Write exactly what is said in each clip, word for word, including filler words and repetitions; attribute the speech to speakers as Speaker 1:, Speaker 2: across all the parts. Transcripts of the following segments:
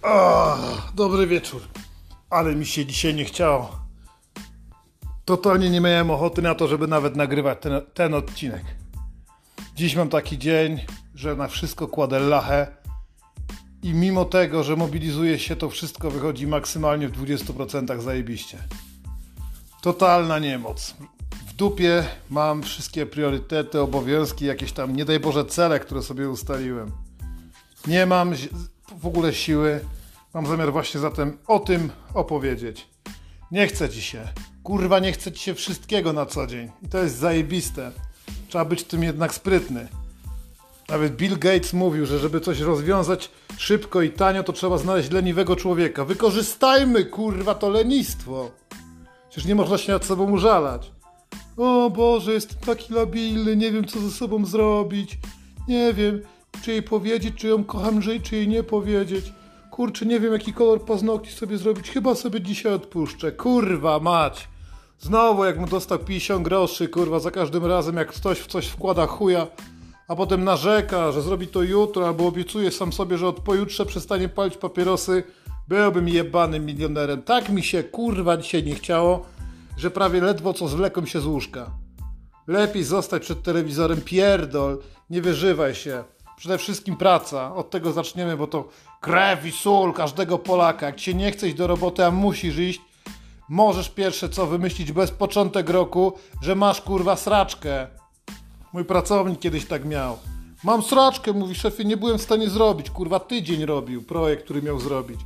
Speaker 1: O, dobry wieczór, ale mi się dzisiaj nie chciało. Totalnie nie miałem ochoty na to, żeby nawet nagrywać ten, ten odcinek. Dziś mam taki dzień, że na wszystko kładę lachę i mimo tego, że mobilizuje się, to wszystko wychodzi maksymalnie w dwudziestu procentach zajebiście. Totalna niemoc. W dupie mam wszystkie priorytety, obowiązki, jakieś tam, nie daj Boże, cele, które sobie ustaliłem. Nie mam w ogóle siły. Mam zamiar właśnie zatem o tym opowiedzieć. Nie chce ci się. Kurwa, nie chce ci się wszystkiego na co dzień. I to jest zajebiste. Trzeba być tym jednak sprytny. Nawet Bill Gates mówił, że żeby coś rozwiązać szybko i tanio, to trzeba znaleźć leniwego człowieka. Wykorzystajmy, kurwa, to lenistwo. Przecież nie można się nad sobą użalać. O Boże, jestem taki labilny, nie wiem co ze sobą zrobić. Nie wiem, czy jej powiedzieć, czy ją kocham, czy jej nie powiedzieć. Kurczę, nie wiem jaki kolor paznokci sobie zrobić. Chyba sobie dzisiaj odpuszczę. Kurwa mać. Znowu jak mu dostał pięćdziesiąt groszy, kurwa, za każdym razem jak ktoś w coś wkłada chuja, a potem narzeka, że zrobi to jutro, albo obiecuje sam sobie, że od pojutrze przestanie palić papierosy, byłbym jebanym milionerem. Tak mi się kurwa dzisiaj nie chciało, że prawie ledwo co zwlekłem się z łóżka. Lepiej zostać przed telewizorem, pierdol, nie wyżywaj się. Przede wszystkim praca, od tego zaczniemy, bo to krew i sól każdego Polaka. Jak ci się nie chce iść do roboty, a musisz iść, możesz pierwsze co wymyślić bez początek roku, że masz kurwa sraczkę. Mój pracownik kiedyś tak miał. Mam sraczkę, mówi szefie, nie byłem w stanie zrobić. Kurwa, tydzień robił projekt, który miał zrobić.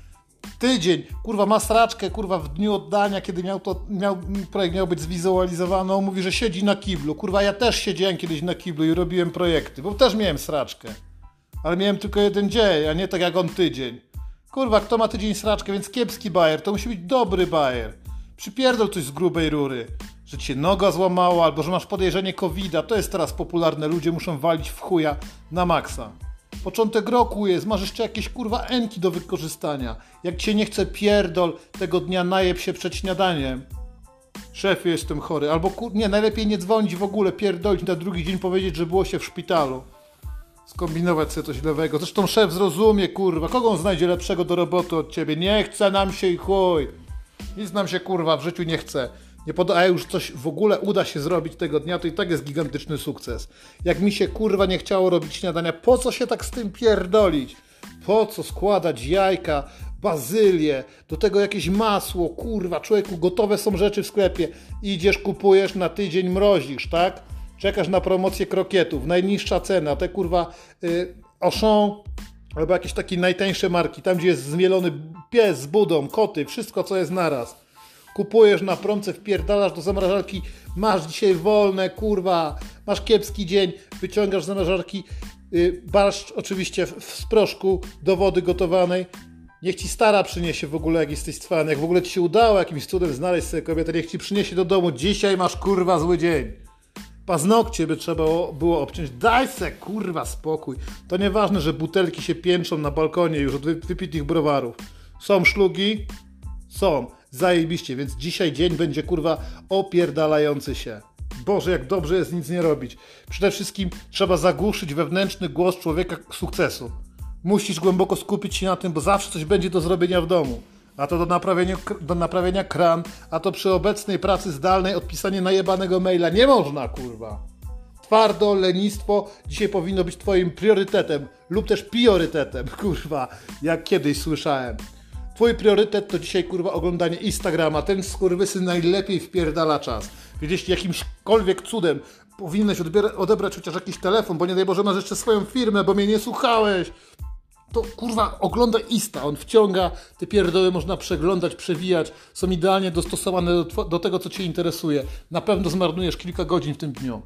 Speaker 1: Tydzień, kurwa, ma sraczkę, kurwa, w dniu oddania, kiedy miał to, miał, projekt miał być zwizualizowany, on mówi, że siedzi na kiblu. Kurwa, ja też siedziałem kiedyś na kiblu i robiłem projekty, bo też miałem sraczkę. Ale miałem tylko jeden dzień, a nie tak jak on tydzień. Kurwa, kto ma tydzień sraczkę, więc kiepski bajer, to musi być dobry bajer. Przypierdol coś z grubej rury, że ci się noga złamała, albo że masz podejrzenie kowida, to jest teraz popularne, ludzie muszą walić w chuja na maksa. Początek roku jest, masz jeszcze jakieś kurwa enki do wykorzystania. Jak cię nie chce, pierdol, tego dnia najeb się przed śniadaniem. Szefie, jestem chory. Albo kur... nie, najlepiej nie dzwonić w ogóle, pierdolić na drugi dzień, powiedzieć, że było się w szpitalu. Skombinować sobie coś lewego. Zresztą szef zrozumie, kurwa, kogo on znajdzie lepszego do roboty od ciebie? Nie chce nam się i chuj. Nic nam się, kurwa, w życiu nie chce. Nie poda- a już coś w ogóle uda się zrobić tego dnia, to i tak jest gigantyczny sukces. Jak mi się kurwa nie chciało robić śniadania, po co się tak z tym pierdolić? Po co składać jajka, bazylię, do tego jakieś masło, kurwa, człowieku, gotowe są rzeczy w sklepie. Idziesz, kupujesz, na tydzień mrozisz, tak? Czekasz na promocję krokietów, najniższa cena, te kurwa y, Auchan, albo jakieś takie najtańsze marki, tam gdzie jest zmielony pies z budą, koty, wszystko co jest naraz. Kupujesz na promce, wpierdalasz do zamrażarki, masz dzisiaj wolne, kurwa, masz kiepski dzień, wyciągasz z zamrażarki yy, barszcz oczywiście w, w proszku do wody gotowanej. Niech ci stara przyniesie w ogóle, jak jesteś cwany, jak w ogóle ci się udało jakimś cudem znaleźć sobie kobietę, niech ci przyniesie do domu, dzisiaj masz kurwa zły dzień. Paznokcie by trzeba było obciąć, daj se kurwa spokój. To nieważne, że butelki się piętrzą na balkonie już od wypitych browarów. Są szlugi? Są. Zajebiście, więc dzisiaj dzień będzie kurwa opierdalający się. Boże, jak dobrze jest nic nie robić. Przede wszystkim trzeba zagłuszyć wewnętrzny głos człowieka sukcesu. Musisz głęboko skupić się na tym, bo zawsze coś będzie do zrobienia w domu. A to do naprawienia, do naprawienia kran, a to przy obecnej pracy zdalnej odpisanie najebanego maila nie można, kurwa. Twardo, lenistwo dzisiaj powinno być twoim priorytetem lub też priorytetem, kurwa, jak kiedyś słyszałem. Twój priorytet to dzisiaj, kurwa, oglądanie Instagrama. Ten skurwysyn najlepiej wpierdala czas. Więc jeśli jakimśkolwiek cudem powinieneś odbiera- odebrać chociaż jakiś telefon, bo nie daj Boże masz jeszcze swoją firmę, bo mnie nie słuchałeś, to kurwa oglądaj Insta. On wciąga, te pierdoły można przeglądać, przewijać. Są idealnie dostosowane do, tw- do tego, co cię interesuje. Na pewno zmarnujesz kilka godzin w tym dniu.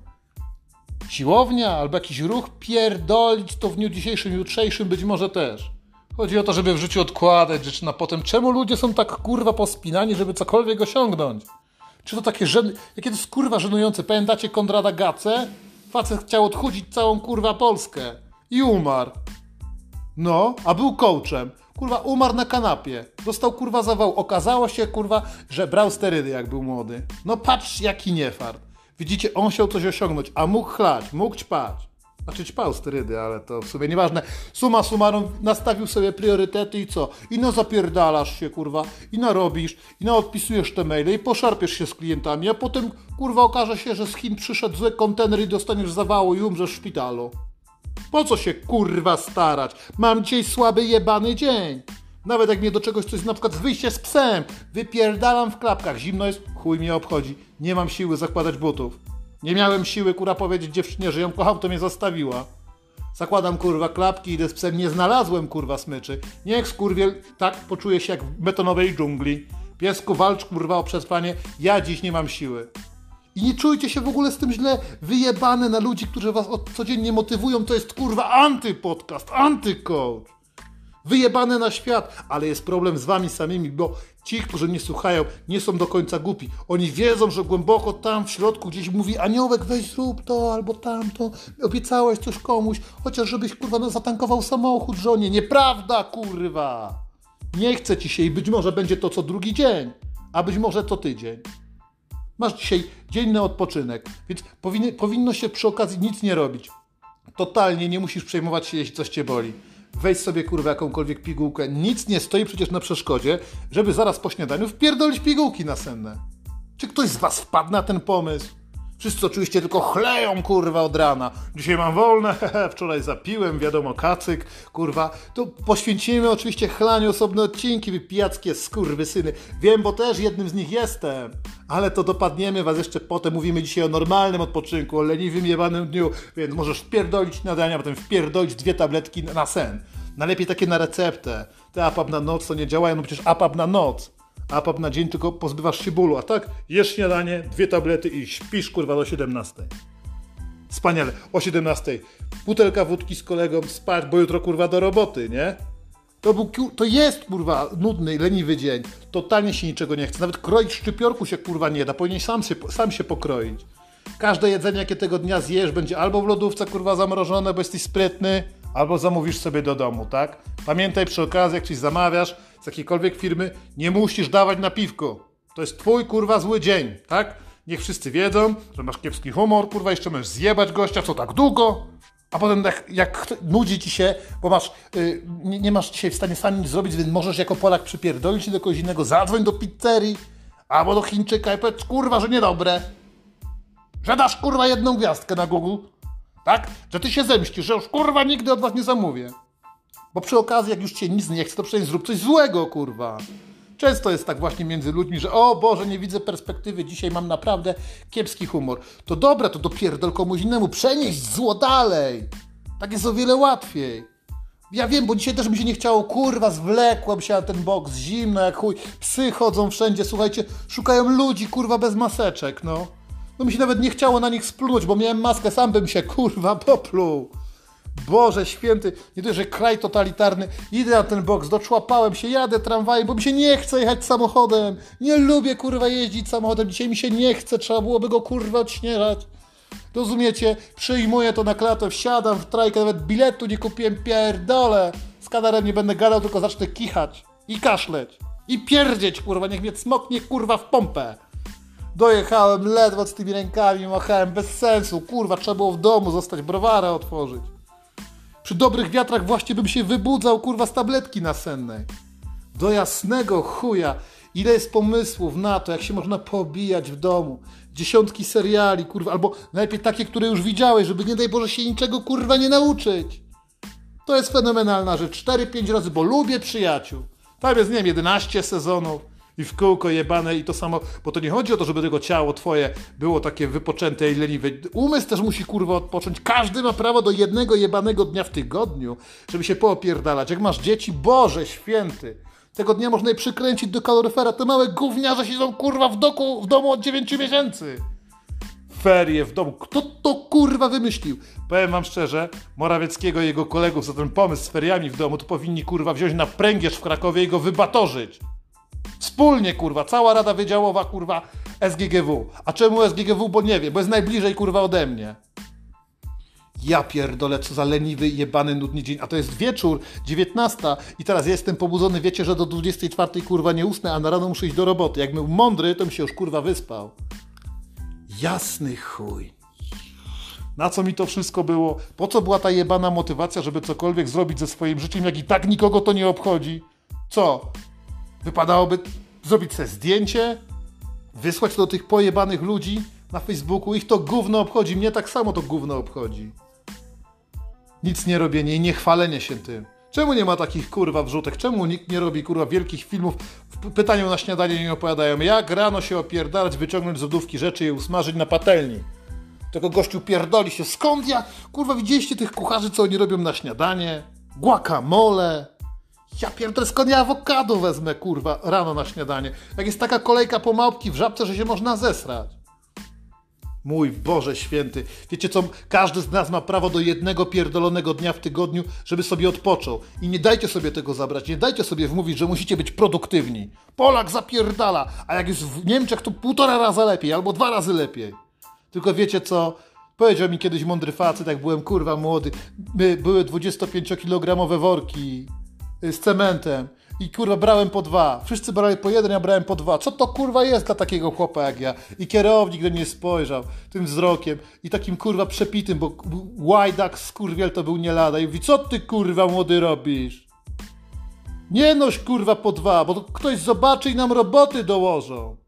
Speaker 1: Siłownia albo jakiś ruch, pierdolić to w dniu dzisiejszym, jutrzejszym być może też. Chodzi o to, żeby w życiu odkładać rzeczy na potem. Czemu ludzie są tak kurwa pospinani, żeby cokolwiek osiągnąć? Czy to takie żen... Jakie to jest kurwa żenujące? Pamiętacie Konrada Gacę? Facet chciał odchudzić całą kurwa Polskę. I umarł. No, a był coachem. Kurwa, umarł na kanapie. Dostał kurwa zawał. Okazało się kurwa, że brał sterydy jak był młody. No patrz jaki niefart. Widzicie, on chciał coś osiągnąć, a mógł chlać, mógł ćpać. Znaczy ćpał sterydy, ale to w sumie nieważne. Summa summarum nastawił sobie priorytety i co? I no zapierdalasz się, kurwa, i narobisz, i no odpisujesz te maile, i poszarpiesz się z klientami, a potem, kurwa, okaże się, że z Chin przyszedł zły kontener i dostaniesz zawału i umrzesz w szpitalu. Po co się, kurwa, starać? Mam dzisiaj słaby, jebany dzień. Nawet jak mnie do czegoś coś, na przykład wyjście z psem, wypierdalam w klapkach, zimno jest, chuj mnie obchodzi. Nie mam siły zakładać butów. Nie miałem siły, kurwa, powiedzieć dziewczynie, że ją kocham, to mnie zostawiła. Zakładam, kurwa, klapki, idę z psem, nie znalazłem, kurwa, smyczy. Niech skurwiel tak poczuje się jak w betonowej dżungli. Piesku, walcz, kurwa, o przetrwanie, ja dziś nie mam siły. I nie czujcie się w ogóle z tym źle, wyjebane na ludzi, którzy was od codziennie motywują, to jest, kurwa, antypodcast, antycoach. Wyjebane na świat, ale jest problem z wami samymi, bo ci, którzy nie słuchają, nie są do końca głupi. Oni wiedzą, że głęboko tam w środku gdzieś mówi aniołek, weź zrób to albo tamto, obiecałeś coś komuś, chociaż żebyś, kurwa, no, zatankował samochód żonie. Nieprawda, kurwa! Nie chce ci się i być może będzie to co drugi dzień, a być może co tydzień. Masz dzisiaj dzień na odpoczynek, więc powinny, powinno się przy okazji nic nie robić. Totalnie nie musisz przejmować się, jeśli coś cię boli. Weź sobie, kurwa, jakąkolwiek pigułkę. Nic nie stoi przecież na przeszkodzie, żeby zaraz po śniadaniu wpierdolić pigułki nasenne. Czy ktoś z was wpadł na ten pomysł? Wszyscy oczywiście tylko chleją, kurwa, od rana. Dzisiaj mam wolne, hehe, wczoraj zapiłem, wiadomo, kacyk, kurwa. To poświęcimy oczywiście chlaniu osobne odcinki, wy pijackie skurwysyny. Wiem, bo też jednym z nich jestem. Ale to dopadniemy was jeszcze potem. Mówimy dzisiaj o normalnym odpoczynku, o leniwym, jebanym dniu. Więc możesz wpierdolić śniadania, potem wpierdolić dwie tabletki na sen. Najlepiej takie na receptę. Te apap na noc to nie działają, no przecież apap na noc. Apap na dzień tylko pozbywasz się bólu, a tak jesz śniadanie, dwie tablety i śpisz, kurwa, do siedemnastej. Wspaniale, o siedemnastej butelka wódki z kolegą, spać, bo jutro, kurwa, do roboty, nie? To, był, to jest, kurwa, nudny, leniwy dzień. Totalnie się niczego nie chce. Nawet kroić szczypiorku się, kurwa, nie da. Powinien sam się, sam się pokroić. Każde jedzenie, jakie tego dnia zjesz, będzie albo w lodówce, kurwa, zamrożone, bo jesteś sprytny, albo zamówisz sobie do domu, tak? Pamiętaj przy okazji, jak coś zamawiasz z jakiejkolwiek firmy, nie musisz dawać na piwko. To jest twój, kurwa, zły dzień, tak? Niech wszyscy wiedzą, że masz kiepski humor, kurwa, jeszcze możesz zjebać gościa, co tak długo? A potem jak, jak nudzi ci się, bo masz, yy, nie, nie masz dzisiaj w stanie sam nic zrobić, więc możesz jako Polak przypierdolić się do kogoś innego, zadzwoń do pizzerii, albo do Chińczyka i powiedz, kurwa, że niedobre. Że dasz, kurwa, jedną gwiazdkę na Google. Tak? Że ty się zemścisz, że już, kurwa, nigdy od was nie zamówię. Bo przy okazji, jak już cię nic nie chce, to przecież zrób coś złego, kurwa. Często jest tak właśnie między ludźmi, że o Boże, nie widzę perspektywy, dzisiaj mam naprawdę kiepski humor. To dobra, to dopierdol komuś innemu, przenieść zło dalej. Tak jest o wiele łatwiej. Ja wiem, bo dzisiaj też mi się nie chciało, kurwa, zwlekłem się na ten boks, zimno jak chuj. Psy chodzą wszędzie, słuchajcie, szukają ludzi, kurwa, bez maseczek, no. No mi się nawet nie chciało na nich splunąć, bo miałem maskę, sam bym się, kurwa, popluł. Boże święty, nie dość, że kraj totalitarny, idę na ten boks, doczłapałem się, jadę tramwajem, bo mi się nie chce jechać samochodem. Nie lubię, kurwa, jeździć samochodem, dzisiaj mi się nie chce, trzeba byłoby go, kurwa, odśnieżać. Rozumiecie? Przyjmuję to na klatę, wsiadam w trajkę, nawet biletu nie kupiłem, pierdolę. Z kadarem nie będę gadał, tylko zacznę kichać i kaszleć. I pierdzieć, kurwa, niech mnie cmoknie, kurwa, w pompę. Dojechałem ledwo z tymi rękami, machałem bez sensu, kurwa, trzeba było w domu zostać, browara otworzyć. Przy dobrych wiatrach właśnie bym się wybudzał, kurwa, z tabletki nasennej. Do jasnego chuja, ile jest pomysłów na to, jak się można pobijać w domu. Dziesiątki seriali, kurwa, albo najlepiej takie, które już widziałeś, żeby nie daj Boże się niczego, kurwa, nie nauczyć. To jest fenomenalna rzecz, cztery pięć razy, bo lubię przyjaciół. Tam jest, nie wiem, jedenaście sezonów. I w kółko jebane i to samo, bo to nie chodzi o to, żeby tego ciało twoje było takie wypoczęte i leniwe. Umysł też musi, kurwa, odpocząć. Każdy ma prawo do jednego jebanego dnia w tygodniu, żeby się poopierdalać. Jak masz dzieci, Boże święty, tego dnia można je przykręcić do kaloryfera. Te małe gówniarze siedzą, kurwa, w, doku, w domu od dziewięciu miesięcy. Ferie w domu. Kto to, kurwa, wymyślił? Powiem wam szczerze, Morawieckiego i jego kolegów za ten pomysł z feriami w domu to powinni, kurwa, wziąć na pręgierz w Krakowie i go wybatorzyć. Wspólnie, kurwa, cała Rada Wydziałowa, kurwa, S G G W. A czemu S G G W? Bo nie wiem, bo jest najbliżej, kurwa, ode mnie. Ja pierdolę, co za leniwy, jebany, nudny dzień. A to jest wieczór, dziewiętnasta i teraz ja jestem pobudzony, wiecie, że do dwudziestej czwartej, kurwa, nie usnę, a na rano muszę iść do roboty. Jak był mądry, to mi się już, kurwa, wyspał. Jasny chuj. Na co mi to wszystko było? Po co była ta jebana motywacja, żeby cokolwiek zrobić ze swoim życiem, jak i tak nikogo to nie obchodzi? Co? Wypadałoby zrobić sobie zdjęcie? Wysłać to do tych pojebanych ludzi na Facebooku? Ich to gówno obchodzi, mnie tak samo to gówno obchodzi. Nic nie robienie i nie chwalenie się tym. Czemu nie ma takich kurwa wrzutek? Czemu nikt nie robi kurwa wielkich filmów? W pytaniu na śniadanie nie opowiadają, jak rano się opierdalać, wyciągnąć z lodówki rzeczy i je usmażyć na patelni. Tylko gościu pierdoli się, skąd ja? Kurwa, widzieliście tych kucharzy, co oni robią na śniadanie? Guacamole. Ja pierdolę, skąd ja awokado wezmę, kurwa, rano na śniadanie? Jak jest taka kolejka po małpki w Żabce, że się można zesrać. Mój Boże święty. Wiecie co? Każdy z nas ma prawo do jednego pierdolonego dnia w tygodniu, żeby sobie odpoczął. I nie dajcie sobie tego zabrać. Nie dajcie sobie wmówić, że musicie być produktywni. Polak zapierdala, a jak jest w Niemczech, to półtora raza lepiej, albo dwa razy lepiej. Tylko wiecie co? Powiedział mi kiedyś mądry facet, jak byłem kurwa młody. My, były dwudziestopięciokilogramowe worki z cementem. I kurwa brałem po dwa. Wszyscy brali po jeden, ja brałem po dwa. Co to kurwa jest dla takiego chłopa jak ja? I kierownik do mnie spojrzał tym wzrokiem i takim kurwa przepitym, bo łajdak skurwiel to był nie lada. I mówi, co ty kurwa młody robisz? Nie noś kurwa po dwa, bo ktoś zobaczy i nam roboty dołożą.